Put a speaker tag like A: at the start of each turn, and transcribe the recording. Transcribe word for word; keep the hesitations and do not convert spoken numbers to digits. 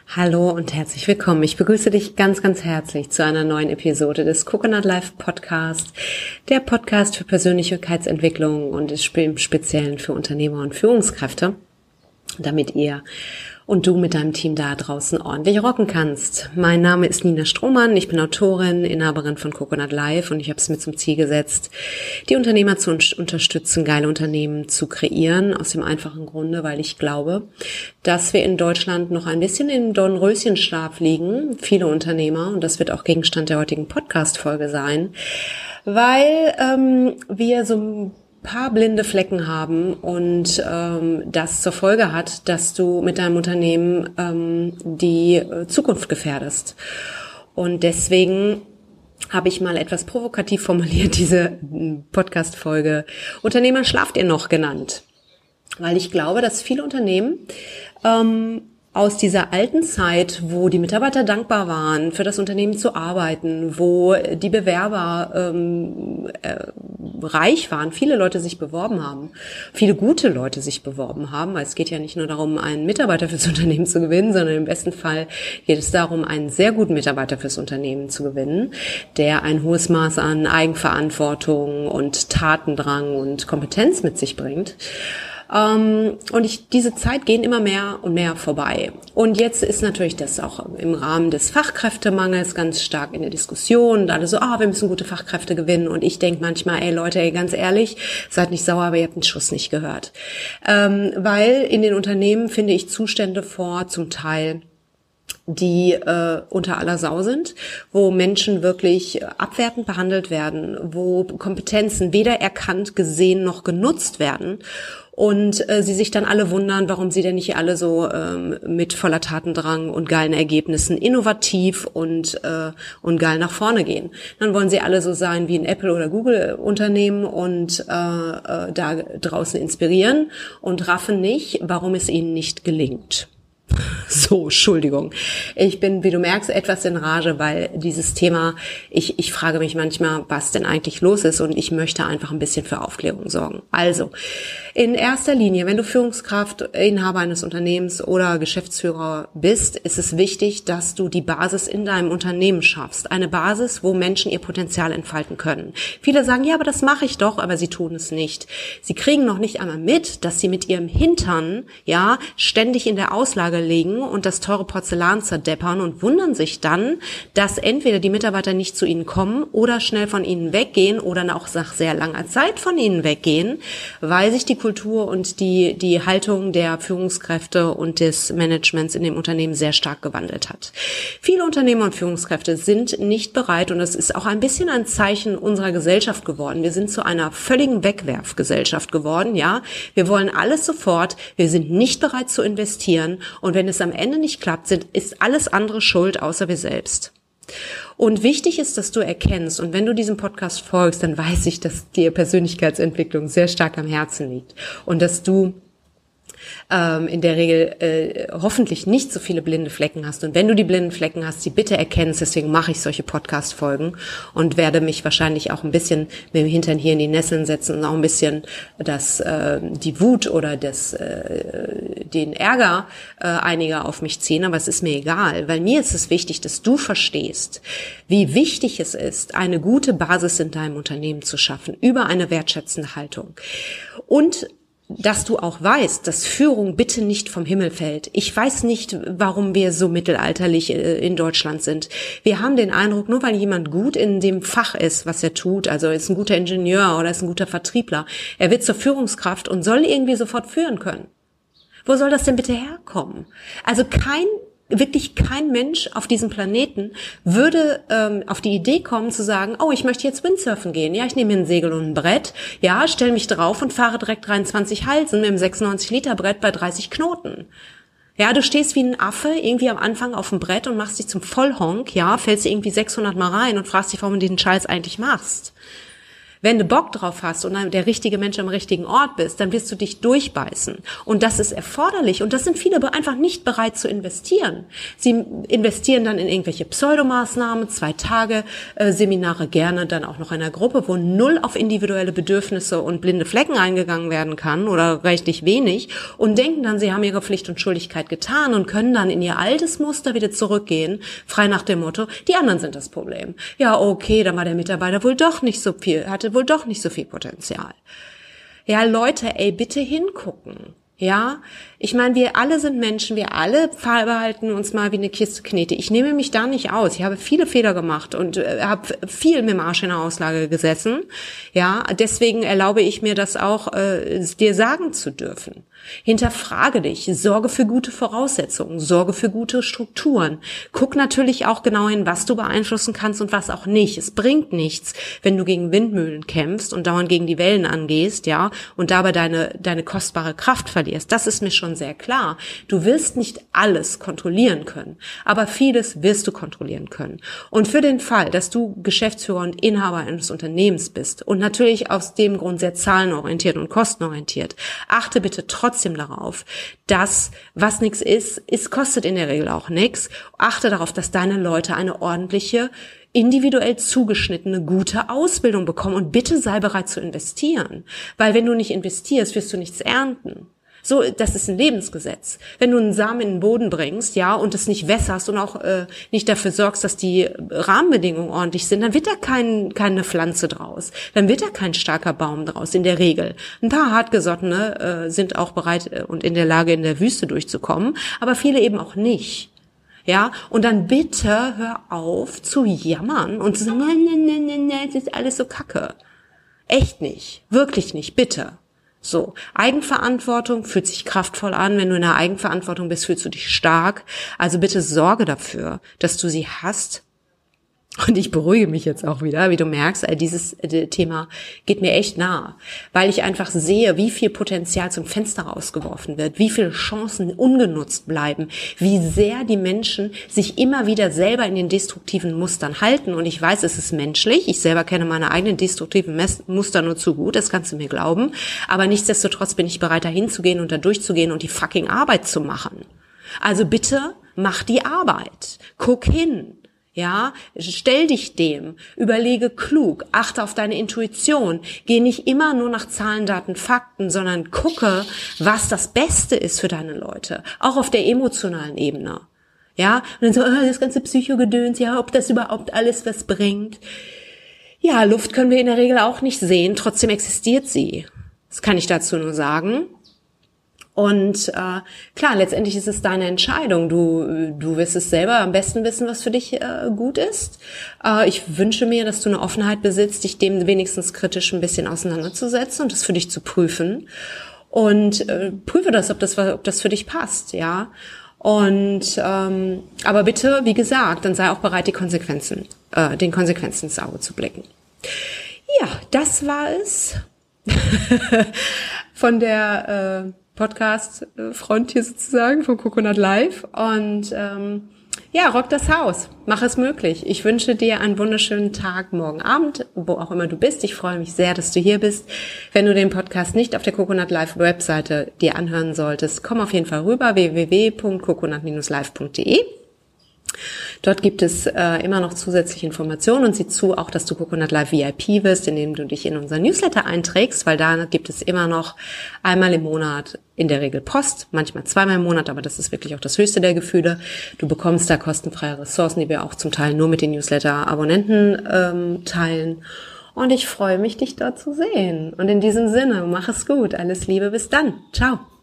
A: Hallo und herzlich willkommen. Ich begrüße dich ganz, ganz herzlich zu einer neuen Episode des Coconut Life Podcast, der Podcast für Persönlichkeitsentwicklung und im Speziellen für Unternehmer und Führungskräfte, damit ihr und du mit deinem Team da draußen ordentlich rocken kannst. Mein Name ist Nina Strohmann, ich bin Autorin, Inhaberin von Coconut Life und ich habe es mir zum Ziel gesetzt, die Unternehmer zu un- unterstützen, geile Unternehmen zu kreieren, aus dem einfachen Grunde, weil ich glaube, dass wir in Deutschland noch ein bisschen im Dornröschenschlaf liegen, viele Unternehmer, und das wird auch Gegenstand der heutigen Podcast-Folge sein, weil ähm, wir so ein paar blinde Flecken haben und ähm, das zur Folge hat, dass du mit deinem Unternehmen ähm, die Zukunft gefährdest. Und deswegen habe ich mal etwas provokativ formuliert diese Podcast-Folge Unternehmer schlaft ihr noch genannt. Weil ich glaube, dass viele Unternehmen ähm, aus dieser alten Zeit, wo die Mitarbeiter dankbar waren, für das Unternehmen zu arbeiten, wo die Bewerber ähm, äh, reich waren, viele Leute sich beworben haben, viele gute Leute sich beworben haben, weil es geht ja nicht nur darum, einen Mitarbeiter fürs Unternehmen zu gewinnen, sondern im besten Fall geht es darum, einen sehr guten Mitarbeiter fürs Unternehmen zu gewinnen, der ein hohes Maß an Eigenverantwortung und Tatendrang und Kompetenz mit sich bringt. Um, und ich, diese Zeit gehen immer mehr und mehr vorbei. Und jetzt ist natürlich das auch im Rahmen des Fachkräftemangels ganz stark in der Diskussion. Und alle so, ah, wir müssen gute Fachkräfte gewinnen. Und ich denke manchmal, ey Leute, ey, ganz ehrlich, seid nicht sauer, aber ihr habt den Schuss nicht gehört. Ähm, weil in den Unternehmen finde ich Zustände vor, zum Teil die äh, unter aller Sau sind, wo Menschen wirklich abwertend behandelt werden, wo Kompetenzen weder erkannt, gesehen noch genutzt werden und äh, sie sich dann alle wundern, warum sie denn nicht alle so ähm, mit voller Tatendrang und geilen Ergebnissen innovativ und äh, und geil nach vorne gehen. Dann wollen sie alle so sein wie ein Apple oder Google Unternehmen und äh, äh, da draußen inspirieren und raffen nicht, warum es ihnen nicht gelingt. So, Entschuldigung. Ich bin, wie du merkst, etwas in Rage, weil dieses Thema, ich, ich frage mich manchmal, was denn eigentlich los ist und ich möchte einfach ein bisschen für Aufklärung sorgen. Also, in erster Linie, wenn du Führungskraft, Inhaber eines Unternehmens oder Geschäftsführer bist, ist es wichtig, dass du die Basis in deinem Unternehmen schaffst. Eine Basis, wo Menschen ihr Potenzial entfalten können. Viele sagen, ja, aber das mache ich doch, aber sie tun es nicht. Sie kriegen noch nicht einmal mit, dass sie mit ihrem Hintern, ja, ständig in der Auslage legen und das teure Porzellan zerdeppern und wundern sich dann, dass entweder die Mitarbeiter nicht zu ihnen kommen oder schnell von ihnen weggehen oder auch nach sehr langer Zeit von ihnen weggehen, weil sich die Kultur und die die Haltung der Führungskräfte und des Managements in dem Unternehmen sehr stark gewandelt hat. Viele Unternehmer und Führungskräfte sind nicht bereit und das ist auch ein bisschen ein Zeichen unserer Gesellschaft geworden. Wir sind zu einer völligen Wegwerfgesellschaft geworden, ja. Wir wollen alles sofort, wir sind nicht bereit zu investieren und wenn es am Ende nicht klappt, sind, ist alles andere schuld, außer wir selbst. Und wichtig ist, dass du erkennst, und wenn du diesem Podcast folgst, dann weiß ich, dass dir Persönlichkeitsentwicklung sehr stark am Herzen liegt und dass du ähm, in der Regel äh, hoffentlich nicht so viele blinde Flecken hast. Und wenn du die blinden Flecken hast, sie bitte erkennst, deswegen mache ich solche Podcast-Folgen und werde mich wahrscheinlich auch ein bisschen mit dem Hintern hier in die Nesseln setzen und auch ein bisschen das, äh, die Wut oder das, äh, den Ärger äh, einiger auf mich ziehen, aber es ist mir egal, weil mir ist es wichtig, dass du verstehst, wie wichtig es ist, eine gute Basis in deinem Unternehmen zu schaffen, über eine wertschätzende Haltung. Und dass du auch weißt, dass Führung bitte nicht vom Himmel fällt. Ich weiß nicht, warum wir so mittelalterlich in Deutschland sind. Wir haben den Eindruck, nur weil jemand gut in dem Fach ist, was er tut, also ist ein guter Ingenieur oder ist ein guter Vertriebler, er wird zur Führungskraft und soll irgendwie sofort führen können. Wo soll das denn bitte herkommen? Also kein Wirklich kein Mensch auf diesem Planeten würde ähm, auf die Idee kommen zu sagen, oh, ich möchte jetzt Windsurfen gehen. Ja, ich nehme mir ein Segel und ein Brett, ja, stelle mich drauf und fahre direkt dreiundzwanzig Halsen mit einem sechsundneunzig Liter Brett bei dreißig Knoten. Ja, du stehst wie ein Affe irgendwie am Anfang auf dem Brett und machst dich zum Vollhonk, ja, fällst dir irgendwie sechshundert Mal rein und fragst dich, warum du den Scheiß eigentlich machst. Wenn du Bock drauf hast und der richtige Mensch am richtigen Ort bist, dann wirst du dich durchbeißen. Und das ist erforderlich. Und das sind viele einfach nicht bereit zu investieren. Sie investieren dann in irgendwelche Pseudomaßnahmen, zwei Tage äh, Seminare, gerne dann auch noch in einer Gruppe, wo null auf individuelle Bedürfnisse und blinde Flecken eingegangen werden kann oder rechtlich wenig und denken dann, sie haben ihre Pflicht und Schuldigkeit getan und können dann in ihr altes Muster wieder zurückgehen, frei nach dem Motto, die anderen sind das Problem. Ja, okay, dann war der Mitarbeiter wohl doch nicht so viel, hatte wohl doch nicht so viel Potenzial. Ja, Leute, ey, bitte hingucken. Ja, ich meine, wir alle sind Menschen, wir alle verhalten uns mal wie eine Kiste Knete. Ich nehme mich da nicht aus. Ich habe viele Fehler gemacht und äh, habe viel mit dem Arsch in der Auslage gesessen. Ja, deswegen erlaube ich mir das auch, äh, dir sagen zu dürfen. Hinterfrage dich, sorge für gute Voraussetzungen, sorge für gute Strukturen. Guck natürlich auch genau hin, was du beeinflussen kannst und was auch nicht. Es bringt nichts, wenn du gegen Windmühlen kämpfst und dauernd gegen die Wellen angehst, ja, und dabei deine deine kostbare Kraft verlierst. Das ist mir schon sehr klar. Du wirst nicht alles kontrollieren können, aber vieles wirst du kontrollieren können. Und für den Fall, dass du Geschäftsführer und Inhaber eines Unternehmens bist und natürlich aus dem Grund sehr zahlenorientiert und kostenorientiert, achte bitte trotzdem darauf, dass was nichts ist, es kostet in der Regel auch nichts. Achte darauf, dass deine Leute eine ordentliche, individuell zugeschnittene, gute Ausbildung bekommen und bitte sei bereit zu investieren. Weil wenn du nicht investierst, wirst du nichts ernten. So, das ist ein Lebensgesetz. Wenn du einen Samen in den Boden bringst, ja, und es nicht wässerst und auch äh, nicht dafür sorgst, dass die Rahmenbedingungen ordentlich sind, dann wird da kein, keine Pflanze draus. Dann wird da kein starker Baum draus, in der Regel. Ein paar Hartgesottene äh, sind auch bereit äh, und in der Lage, in der Wüste durchzukommen, aber viele eben auch nicht. Ja, und dann bitte hör auf zu jammern und zu sagen, nein, nein, nein, nein, nein, das ist alles so kacke. Echt nicht. Wirklich nicht, bitte. So, Eigenverantwortung fühlt sich kraftvoll an. Wenn du in der Eigenverantwortung bist, fühlst du dich stark. Also bitte sorge dafür, dass du sie hast. Und ich beruhige mich jetzt auch wieder, wie du merkst, dieses Thema geht mir echt nah, weil ich einfach sehe, wie viel Potenzial zum Fenster rausgeworfen wird, wie viele Chancen ungenutzt bleiben, wie sehr die Menschen sich immer wieder selber in den destruktiven Mustern halten. Und ich weiß, es ist menschlich. Ich selber kenne meine eigenen destruktiven Muster nur zu gut, das kannst du mir glauben. Aber nichtsdestotrotz bin ich bereit, da hinzugehen und da durchzugehen und die fucking Arbeit zu machen. Also bitte mach die Arbeit. Guck hin. Ja, stell dich dem, überlege klug, achte auf deine Intuition, geh nicht immer nur nach Zahlen, Daten, Fakten, sondern gucke, was das Beste ist für deine Leute, auch auf der emotionalen Ebene. Ja, und dann so, oh, das ganze Psychogedöns, ja, ob das überhaupt alles was bringt. Ja, Luft können wir in der Regel auch nicht sehen, trotzdem existiert sie. Das kann ich dazu nur sagen. Und äh, klar, letztendlich ist es deine Entscheidung. Du du wirst es selber am besten wissen, was für dich äh, gut ist. Äh, ich wünsche mir, dass du eine Offenheit besitzt, dich dem wenigstens kritisch ein bisschen auseinanderzusetzen und das für dich zu prüfen. Und äh, prüfe das, ob das ob das für dich passt, ja. Und ähm, aber bitte, wie gesagt, dann sei auch bereit, die Konsequenzen, äh, den Konsequenzen ins Auge zu blicken. Ja, das war es von der äh, Podcast-Front hier sozusagen von Coconut Live und ähm, ja, rock das Haus, mach es möglich. Ich wünsche dir einen wunderschönen Tag, morgen Abend, wo auch immer du bist. Ich freue mich sehr, dass du hier bist. Wenn du den Podcast nicht auf der Coconut Live Webseite dir anhören solltest, komm auf jeden Fall rüber, w w w punkt coconut dash live punkt d e. Dort gibt es äh, immer noch zusätzliche Informationen und sieh zu auch, dass du Coconut Live V I P wirst, indem du dich in unser Newsletter einträgst, weil da gibt es immer noch einmal im Monat in der Regel Post, manchmal zweimal im Monat, aber das ist wirklich auch das höchste der Gefühle. Du bekommst da kostenfreie Ressourcen, die wir auch zum Teil nur mit den Newsletter-Abonnenten ähm, teilen. Und ich freue mich, dich dort zu sehen. Und in diesem Sinne, mach es gut. Alles Liebe, bis dann. Ciao.